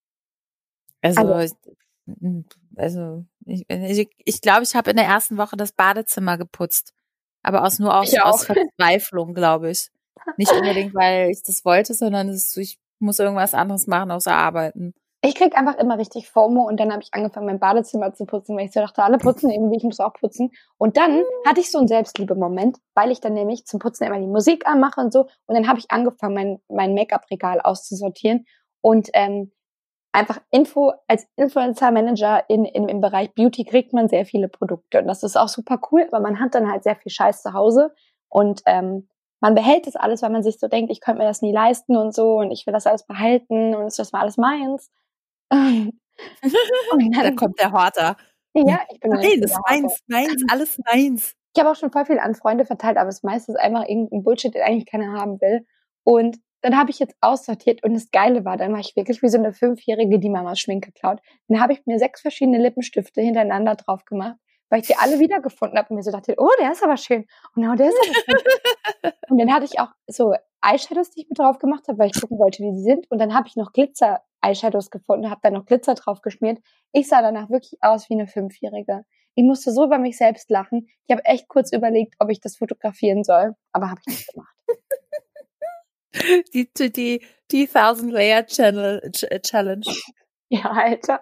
Ich glaube, ich habe in der ersten Woche das Badezimmer geputzt. Aber aus Verzweiflung, glaube ich. Nicht unbedingt, weil ich das wollte, sondern ich muss irgendwas anderes machen, außer arbeiten.
Ich krieg einfach immer richtig FOMO und dann habe ich angefangen, mein Badezimmer zu putzen, weil ich so dachte, alle putzen irgendwie, ich muss auch putzen. Und dann hatte ich so einen Selbstliebe-Moment, weil ich dann nämlich zum Putzen immer die Musik anmache und so. Und dann habe ich angefangen, mein Make-up-Regal auszusortieren und einfach als Influencer-Manager im Bereich Beauty kriegt man sehr viele Produkte. Und das ist auch super cool, aber man hat dann halt sehr viel Scheiß zu Hause und man behält das alles, weil man sich so denkt, ich könnte mir das nie leisten und so und ich will das alles behalten und das war alles meins.
Da kommt der Horter.
Ja, ich bin
Nein, das ist meins, alles meins.
Ich habe auch schon voll viel an Freunde verteilt, aber das meiste ist einfach irgendein Bullshit, den eigentlich keiner haben will. Und dann habe ich jetzt aussortiert und das Geile war, dann war ich wirklich wie so eine 5-Jährige, die Mamas Schminke klaut. Dann habe ich mir 6 verschiedene Lippenstifte hintereinander drauf gemacht, weil ich die alle wiedergefunden habe und mir so dachte, oh, der ist aber schön. Und oh, der ist aber schön. Und dann hatte ich auch so Eyeshadows, die ich mit drauf gemacht habe, weil ich gucken wollte, wie sie sind. Und dann habe ich noch Glitzer-Eyeshadows gefunden, habe dann noch Glitzer drauf geschmiert. Ich sah danach wirklich aus wie eine 5-Jährige. Ich musste so über mich selbst lachen. Ich habe echt kurz überlegt, ob ich das fotografieren soll, aber habe ich nicht gemacht.
Die 1000-Layer-Challenge.
Ja, Alter.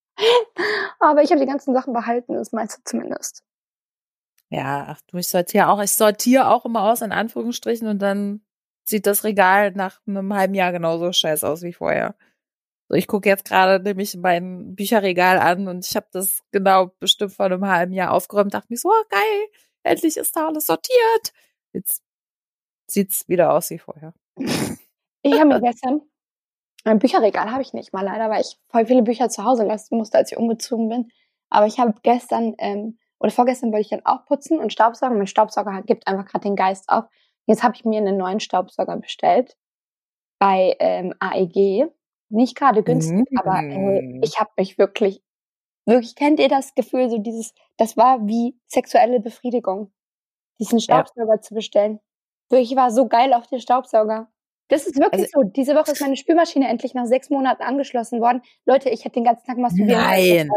Aber ich habe die ganzen Sachen behalten, das meinst du zumindest.
Ja, ach du, ich sortiere auch immer aus, in Anführungsstrichen, und dann sieht das Regal nach einem halben Jahr genauso scheiße aus wie vorher. So, ich gucke jetzt gerade nämlich mein Bücherregal an und ich habe das genau bestimmt vor einem halben Jahr aufgeräumt, dachte mir so, oh, geil, endlich ist da alles sortiert. Jetzt sieht's wieder aus wie vorher.
Ich habe mir gestern, ein Bücherregal habe ich nicht mal leider, weil ich voll viele Bücher zu Hause lassen musste, als ich umgezogen bin. Aber ich habe gestern oder vorgestern wollte ich dann auch putzen und Staubsaugen. Mein Staubsauger gibt einfach gerade den Geist auf. Jetzt habe ich mir einen neuen Staubsauger bestellt bei AEG. Nicht gerade günstig, aber ich habe mich wirklich, kennt ihr das Gefühl, so das war wie sexuelle Befriedigung, diesen Staubsauger zu bestellen. Ich war so geil auf den Staubsauger. Das ist wirklich so. Diese Woche ist meine Spülmaschine endlich nach 6 Monaten angeschlossen worden. Leute, ich hätte den ganzen Tag masturbiert.
Nein.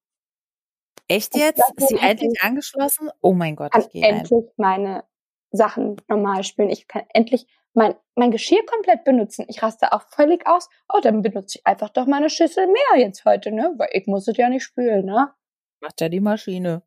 Echt jetzt? Ist sie endlich angeschlossen? Oh mein Gott,
ich kann endlich meine Sachen normal spülen. Ich kann endlich mein Geschirr komplett benutzen. Ich raste auch völlig aus. Oh, dann benutze ich einfach doch meine Schüssel mehr jetzt heute, ne? Weil ich muss es ja nicht spülen, ne?
Macht ja die Maschine.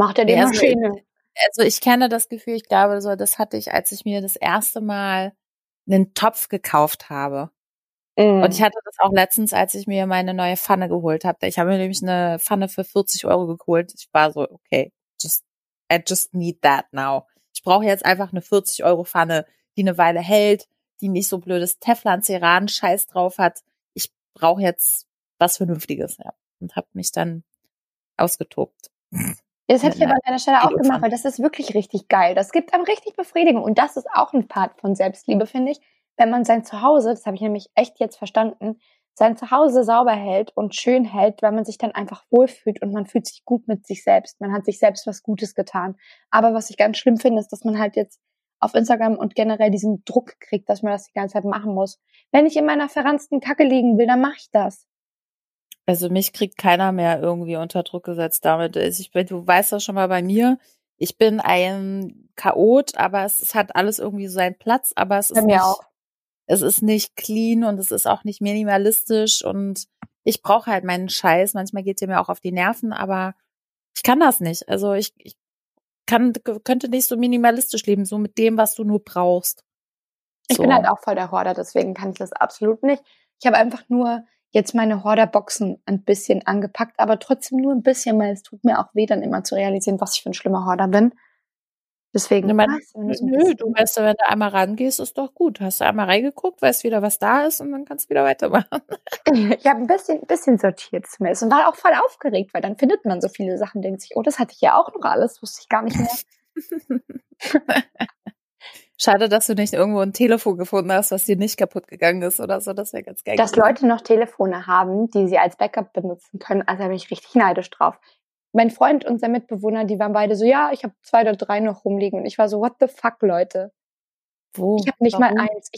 Also
ich kenne das Gefühl, ich glaube, so, das hatte ich, als ich mir das erste Mal einen Topf gekauft habe. Und ich hatte das auch letztens, als ich mir meine neue Pfanne geholt habe. Ich habe mir nämlich eine Pfanne für 40 € geholt. Ich war so, okay, I just need that now. Ich brauche jetzt einfach eine 40 € Pfanne, die eine Weile hält, die nicht so blödes Teflon-Ceran-Scheiß drauf hat. Ich brauche jetzt was Vernünftiges, ja. Und habe mich dann ausgetobt.
Das hätte ich aber an deiner Stelle auch gemacht, weil das ist wirklich richtig geil. Das gibt einem richtig Befriedigung. Und das ist auch ein Part von Selbstliebe, finde ich. Wenn man sein Zuhause, das habe ich nämlich echt jetzt verstanden, sein Zuhause sauber hält und schön hält, weil man sich dann einfach wohlfühlt und man fühlt sich gut mit sich selbst. Man hat sich selbst was Gutes getan. Aber was ich ganz schlimm finde, ist, dass man halt jetzt auf Instagram und generell diesen Druck kriegt, dass man das die ganze Zeit machen muss. Wenn ich in meiner verranzten Kacke liegen will, dann mache ich das.
Also mich kriegt keiner mehr irgendwie unter Druck gesetzt damit. Du weißt das schon mal bei mir. Ich bin ein Chaot, aber es hat alles irgendwie so seinen Platz, aber es ist nicht clean und es ist auch nicht minimalistisch und ich brauche halt meinen Scheiß. Manchmal geht der mir auch auf die Nerven, aber ich kann das nicht. Also ich könnte nicht so minimalistisch leben, so mit dem, was du nur brauchst.
Ich bin halt auch voll der Horder, deswegen kann ich das absolut nicht. Ich habe einfach nur jetzt meine Horder-Boxen ein bisschen angepackt, aber trotzdem nur ein bisschen, weil es tut mir auch weh, dann immer zu realisieren, was ich für ein schlimmer Horder bin. Deswegen,
Nö, du weißt ja, wenn du einmal rangehst, ist doch gut. Hast du einmal reingeguckt, weißt wieder, was da ist und dann kannst du wieder weitermachen.
Ich habe ein bisschen sortiert zumindest und war auch voll aufgeregt, weil dann findet man so viele Sachen, denkt sich, oh, das hatte ich ja auch noch alles, wusste ich gar nicht mehr.
Schade, dass du nicht irgendwo ein Telefon gefunden hast, was dir nicht kaputt gegangen ist oder so. Das wäre ganz geil.
Dass Leute noch Telefone haben, die sie als Backup benutzen können, also da bin ich richtig neidisch drauf. Mein Freund und sein Mitbewohner, die waren beide so, ja, ich habe 2 oder 3 noch rumliegen. Und ich war so, what the fuck, Leute?
Wo?
Ich habe nicht mal eins.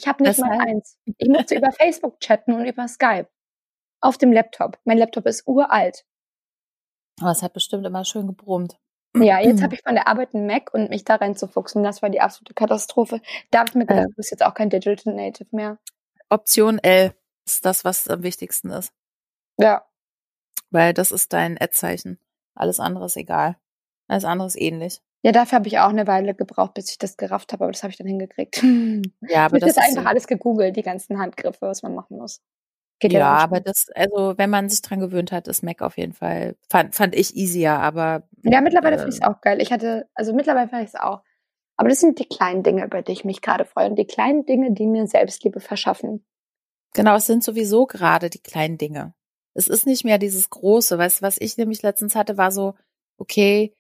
Ich musste über Facebook chatten und über Skype. Auf dem Laptop. Mein Laptop ist uralt.
Aber es hat bestimmt immer schön gebrummt.
Ja, jetzt habe ich von der Arbeit einen Mac und mich da reinzufuchsen, das war die absolute Katastrophe. Da habe ich mir gedacht, du bist jetzt auch kein Digital Native mehr.
Option L ist das, was am wichtigsten ist.
Ja.
Weil das ist dein Ad-Zeichen. Alles andere ist egal. Alles andere ist ähnlich.
Ja, dafür habe ich auch eine Weile gebraucht, bis ich das gerafft habe, aber das habe ich dann hingekriegt.
Ja, aber
das ist einfach alles gegoogelt, die ganzen Handgriffe, was man machen muss.
Geht ja, aber das, also wenn man sich dran gewöhnt hat, ist Mac auf jeden Fall, fand ich easier, aber.
Ja, mittlerweile finde ich es auch geil. Mittlerweile fand ich es auch. Aber das sind die kleinen Dinge, über die ich mich gerade freue. Und die kleinen Dinge, die mir Selbstliebe verschaffen.
Genau, es sind sowieso gerade die kleinen Dinge. Es ist nicht mehr dieses Große. Weißt du, was ich nämlich letztens hatte, war so, okay,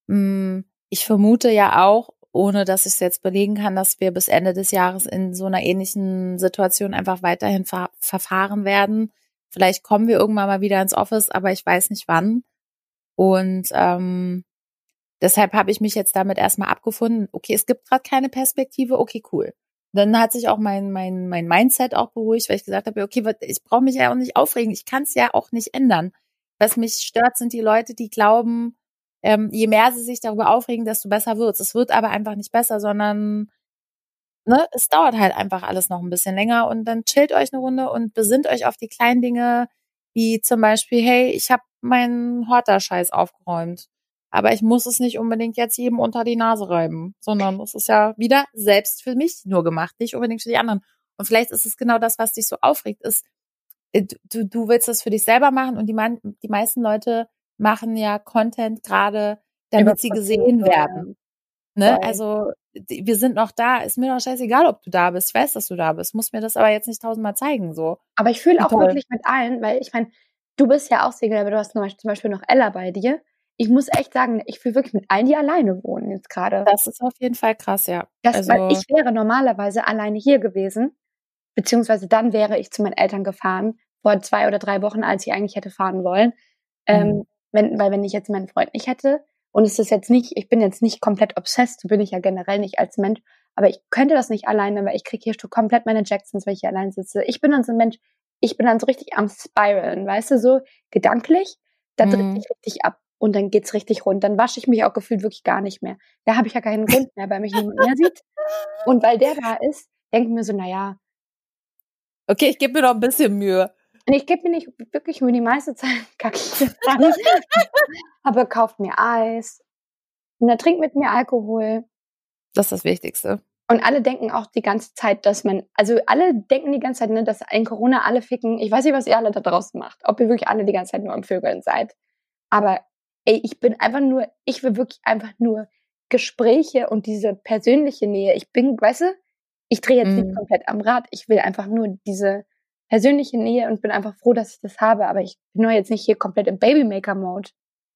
ich vermute ja auch, ohne dass ich es jetzt belegen kann, dass wir bis Ende des Jahres in so einer ähnlichen Situation einfach weiterhin verfahren werden. Vielleicht kommen wir irgendwann mal wieder ins Office, aber ich weiß nicht wann. Und deshalb habe ich mich jetzt damit erstmal abgefunden, okay, es gibt gerade keine Perspektive, okay, cool. Dann hat sich auch mein Mindset auch beruhigt, weil ich gesagt habe, okay, ich brauche mich ja auch nicht aufregen, ich kann es ja auch nicht ändern. Was mich stört, sind die Leute, die glauben, je mehr sie sich darüber aufregen, desto besser wird's. Es wird aber einfach nicht besser, sondern es dauert halt einfach alles noch ein bisschen länger und dann chillt euch eine Runde und besinnt euch auf die kleinen Dinge, wie zum Beispiel, hey, ich habe meinen Horter-Scheiß aufgeräumt. Aber ich muss es nicht unbedingt jetzt jedem unter die Nase reiben, sondern es ist ja wieder selbst für mich nur gemacht, nicht unbedingt für die anderen. Und vielleicht ist es genau das, was dich so aufregt, ist, du willst das für dich selber machen und die meisten Leute machen ja Content gerade, damit sie gesehen werden. Ne? Also wir sind noch da, ist mir doch scheißegal, ob du da bist. Ich weiß, dass du da bist, muss mir das aber jetzt nicht 1000-mal zeigen. So.
Aber ich fühle auch wirklich mit allen, weil ich meine, du bist ja auch Single, aber du hast zum Beispiel noch Ella bei dir. Ich muss echt sagen, ich fühle wirklich mit allen, die alleine wohnen jetzt gerade.
Das ist auf jeden Fall krass, ja.
Weil ich wäre normalerweise alleine hier gewesen, beziehungsweise dann wäre ich zu meinen Eltern gefahren, vor 2 oder 3 Wochen, als ich eigentlich hätte fahren wollen. Wenn ich jetzt meinen Freund nicht hätte, und es ist jetzt nicht, ich bin jetzt nicht komplett obsessed, so bin ich ja generell nicht als Mensch, aber ich könnte das nicht alleine, weil ich kriege hier schon komplett meine Jacksons, wenn ich hier allein sitze. Ich bin dann so ein Mensch, ich bin dann so richtig am Spiralen, weißt du, so gedanklich, da drifte ich richtig ab und dann geht's richtig rund. Dann wasche ich mich auch gefühlt wirklich gar nicht mehr. Da habe ich ja keinen Grund mehr, weil mich niemand mehr sieht. Und weil der da ist, denke ich mir so, naja.
Okay, ich gebe mir noch ein bisschen Mühe.
Und ich gebe mir nicht wirklich Mühe, die meiste Zeit kacke ich dran. Aber kauft mir Eis. Und er trinkt mit mir Alkohol.
Das ist das Wichtigste.
Und alle denken auch die ganze Zeit, alle denken die ganze Zeit, ne, dass in Corona alle ficken. Ich weiß nicht, was ihr alle da draußen macht. Ob ihr wirklich alle die ganze Zeit nur am Vögeln seid. Aber ey, ich will wirklich einfach nur Gespräche und diese persönliche Nähe. Weißt du, ich drehe jetzt nicht komplett am Rad. Ich will einfach nur diese persönliche Nähe und bin einfach froh, dass ich das habe. Aber ich bin nur jetzt nicht hier komplett im Babymaker-Mode.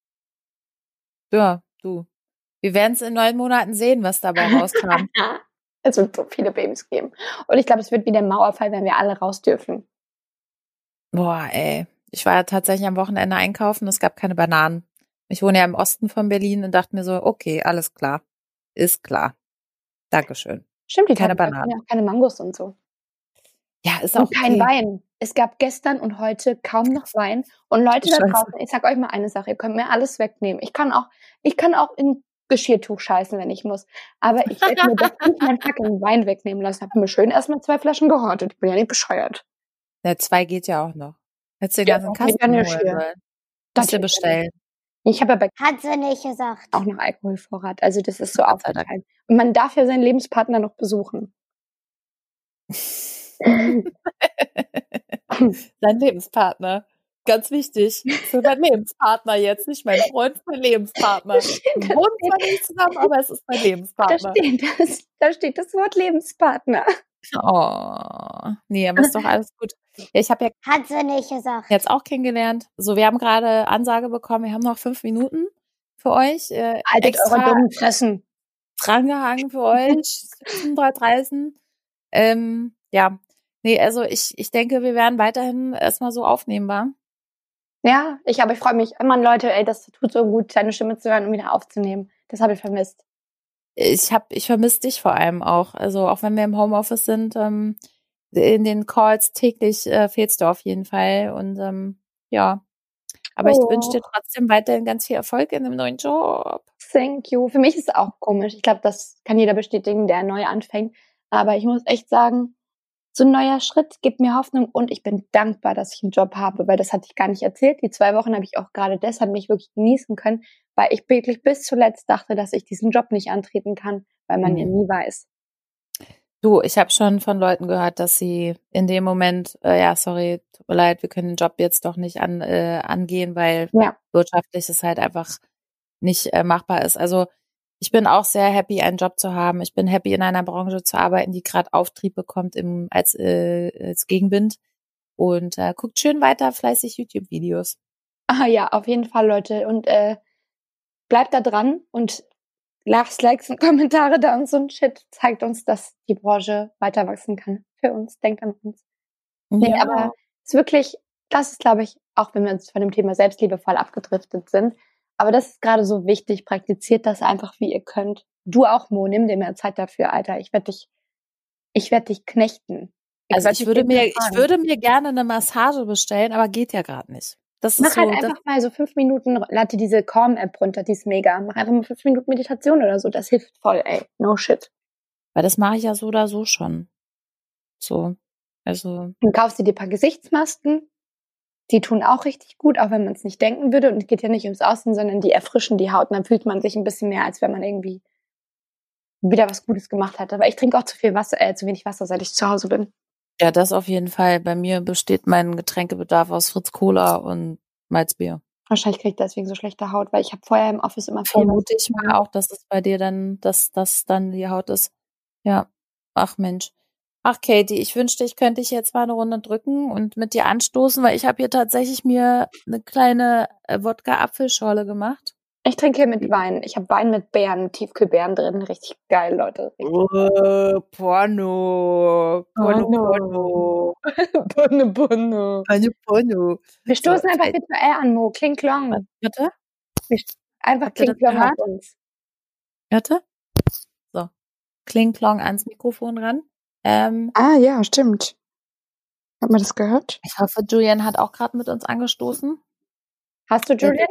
Ja, du. Wir werden es in 9 Monaten sehen, was dabei rauskam.
Es wird so viele Babys geben. Und ich glaube, es wird wie der Mauerfall, wenn wir alle raus dürfen.
Boah, ey. Ich war ja tatsächlich am Wochenende einkaufen, es gab keine Bananen. Ich wohne ja im Osten von Berlin und dachte mir so, okay, alles klar. Ist klar. Dankeschön.
Stimmt, die
keine Bananen.
Ja, keine Mangos und so.
Ja, ist auch
und kein Wein. Es gab gestern und heute kaum noch Wein. Und Leute da draußen, ich sag euch mal eine Sache, ihr könnt mir alles wegnehmen. Ich kann auch in Geschirrtuch scheißen, wenn ich muss. Aber ich werde mir doch nicht meinen fucking Wein wegnehmen lassen. Hab mir schön erstmal 2 Flaschen gehortet. Ich bin ja nicht bescheuert.
Ja, 2 geht ja auch noch. Hättest du den ganzen Kasten holen sollen. Musst du bestellen.
Ich habe aber
Hat sie nicht gesagt.
auch noch Alkoholvorrat. Also das ist so
Gott sei Dank.
aufgeteilt. Und man darf ja seinen Lebenspartner noch besuchen.
Dein Lebenspartner. Ganz wichtig. Für mein Lebenspartner jetzt, nicht mein Freund, mein Lebenspartner. Wir wohnen zwar nicht zusammen, aber es ist mein Lebenspartner.
Da steht das Wort Lebenspartner.
Oh, nee, aber ist doch alles gut. Ja, ich habe ja
Hat sie nicht gesagt.
jetzt auch kennengelernt. So, wir haben gerade Ansage bekommen, wir haben noch 5 Minuten für euch.
Haltet eure
Extra
dummen Fressen.
drangehangen für euch. 17:30. Ja, nee, also ich denke, wir werden weiterhin erstmal so aufnehmbar.
Ja, aber ich freue mich. Mann, Leute, ey, das tut so gut, deine Stimme zu hören und wieder aufzunehmen. Das habe ich vermisst.
Ich vermisse dich vor allem auch. Also auch wenn wir im Homeoffice sind, in den Calls täglich fehlst du auf jeden Fall. Und ja, aber ich wünsche dir trotzdem weiterhin ganz viel Erfolg in dem neuen Job.
Thank you. Für mich ist es auch komisch. Ich glaube, das kann jeder bestätigen, der neu anfängt. Aber ich muss echt sagen, so ein neuer Schritt gibt mir Hoffnung und ich bin dankbar, dass ich einen Job habe, weil das hatte ich gar nicht erzählt. Die 2 Wochen habe ich auch gerade deshalb nicht wirklich genießen können, weil ich wirklich bis zuletzt dachte, dass ich diesen Job nicht antreten kann, weil man ja nie weiß.
Du, ich habe schon von Leuten gehört, dass sie in dem Moment, ja, sorry, tut mir leid, wir können den Job jetzt doch nicht angehen, weil wirtschaftlich es halt einfach nicht machbar ist. Also ich bin auch sehr happy, einen Job zu haben. Ich bin happy, in einer Branche zu arbeiten, die gerade Auftrieb bekommt als Gegenwind. Und guckt schön weiter fleißig YouTube-Videos.
Ah ja, auf jeden Fall, Leute. Und bleibt da dran und lasst Likes und Kommentare da und so ein Shit zeigt uns, dass die Branche weiter wachsen kann. Für uns, denkt an uns. Nee,
Ja.
aber es ist wirklich, das ist, glaube ich, auch wenn wir uns von dem Thema Selbstliebe voll abgedriftet sind, aber das ist gerade so wichtig, praktiziert das einfach, wie ihr könnt. Du auch, Mo, nimm dir mehr Zeit dafür, Alter. Ich werd dich knechten.
Also ich würde mir gerne eine Massage bestellen, aber geht ja gerade nicht. Das ist
Mach halt einfach mal so 5 Minuten, lad dir diese Calm-App runter, die ist mega. Mach einfach mal 5 Minuten Meditation oder so, das hilft voll, ey. No shit.
Weil das mache ich ja so oder so schon. So, also.
Dann kaufst du dir ein paar Gesichtsmasken. Die tun auch richtig gut, auch wenn man es nicht denken würde. Und es geht ja nicht ums Aussehen, sondern die erfrischen die Haut. Und dann fühlt man sich ein bisschen mehr, als wenn man irgendwie wieder was Gutes gemacht hat. Aber ich trinke auch zu wenig Wasser, seit ich zu Hause bin.
Ja, das auf jeden Fall. Bei mir besteht mein Getränkebedarf aus Fritz Cola und Malzbier.
Wahrscheinlich kriege ich deswegen so schlechte Haut, weil ich habe vorher im Office immer viel.
Vermute ich mal auch, dass es bei dir dann, dass das dann die Haut ist. Ja. Ach Mensch. Ach Katie, ich wünschte, ich könnte dich jetzt mal eine Runde drücken und mit dir anstoßen, weil ich habe hier tatsächlich mir eine kleine Wodka-Apfelschorle gemacht.
Ich trinke hier mit Wein. Ich habe Wein mit Beeren, Tiefkühlbeeren drin. Richtig geil, Leute.
Porno.
Porno. Wir stoßen einfach virtuell an, Mo. Kling Klong.
Warte.
Einfach Kling Klong auf uns.
Warte. So. Kling Klong ans Mikrofon ran.
Ja, stimmt. Hat man das gehört?
Ich hoffe, Julian hat auch gerade mit uns angestoßen.
Hast du Julian?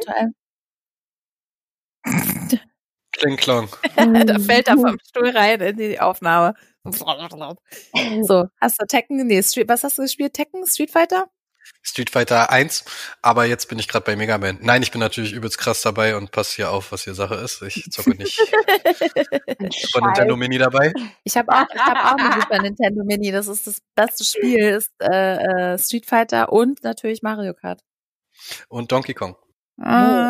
Kling Klong.
Da fällt er vom Stuhl rein in die Aufnahme. So, hast du Tekken? Nee, was hast du gespielt? Tekken? Street Fighter?
Street Fighter 1, aber jetzt bin ich gerade bei Mega Man. Nein, ich bin natürlich übelst krass dabei und passe hier auf, was hier Sache ist. Ich zocke nicht Super Nintendo Mini dabei.
Ich habe auch eine Super Nintendo Mini. Das ist das beste Spiel, ist Street Fighter und natürlich Mario Kart.
Und Donkey Kong.
Ich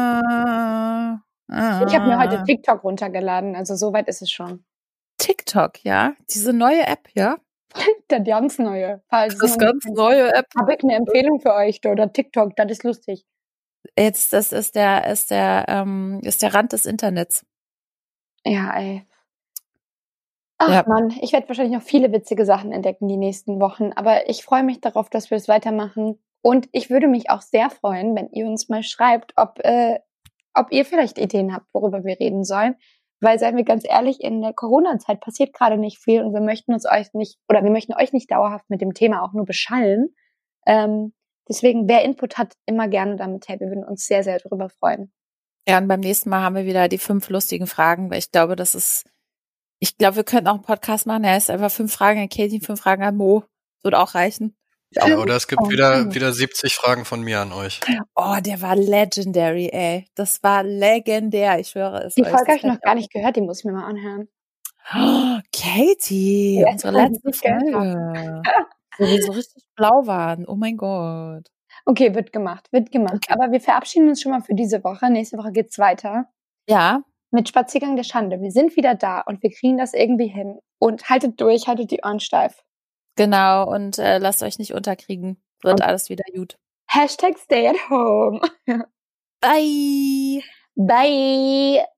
habe mir heute TikTok runtergeladen, also soweit ist es schon.
TikTok, ja? Diese neue App, ja?
Der ganz neue.
Das ganz neue App.
Habe ich eine Empfehlung für euch, oder TikTok, das ist lustig.
Jetzt, das ist der Rand des Internets.
Ja, ey. Ach Mann, ich werde wahrscheinlich noch viele witzige Sachen entdecken die nächsten Wochen, aber ich freue mich darauf, dass wir es weitermachen. Und ich würde mich auch sehr freuen, wenn ihr uns mal schreibt, ob ihr vielleicht Ideen habt, worüber wir reden sollen. Weil, seien wir ganz ehrlich, in der Corona-Zeit passiert gerade nicht viel und wir möchten euch nicht dauerhaft mit dem Thema auch nur beschallen. Deswegen, wer Input hat, immer gerne damit her. Wir würden uns sehr, sehr darüber freuen.
Ja, und beim nächsten Mal haben wir wieder die 5 lustigen Fragen, weil ich glaube, wir könnten auch einen Podcast machen, der heißt einfach 5 Fragen an Katie, 5 Fragen an Mo. Das würde auch reichen.
Ja, oder es gibt wieder 70 Fragen von mir an euch.
Oh, der war legendary, ey. Das war legendär, ich schwöre es
Die
euch.
Folge habe
Das
ich noch gar nicht gehört, die muss ich mir mal anhören.
Oh, Katie,
Ja,
unsere
das
letzte
muss ich gehört
Folge. Wo wir so richtig blau waren. Oh mein Gott.
Okay, wird gemacht.
Okay.
Aber wir verabschieden uns schon mal für diese Woche. Nächste Woche geht's weiter
Ja,
mit Spaziergang der Schande. Wir sind wieder da und wir kriegen das irgendwie hin. Und haltet durch, haltet die Ohren steif.
genau. Und lasst euch nicht unterkriegen. Wird
Okay.
alles wieder gut.
#stay at home.
Bye.
Bye.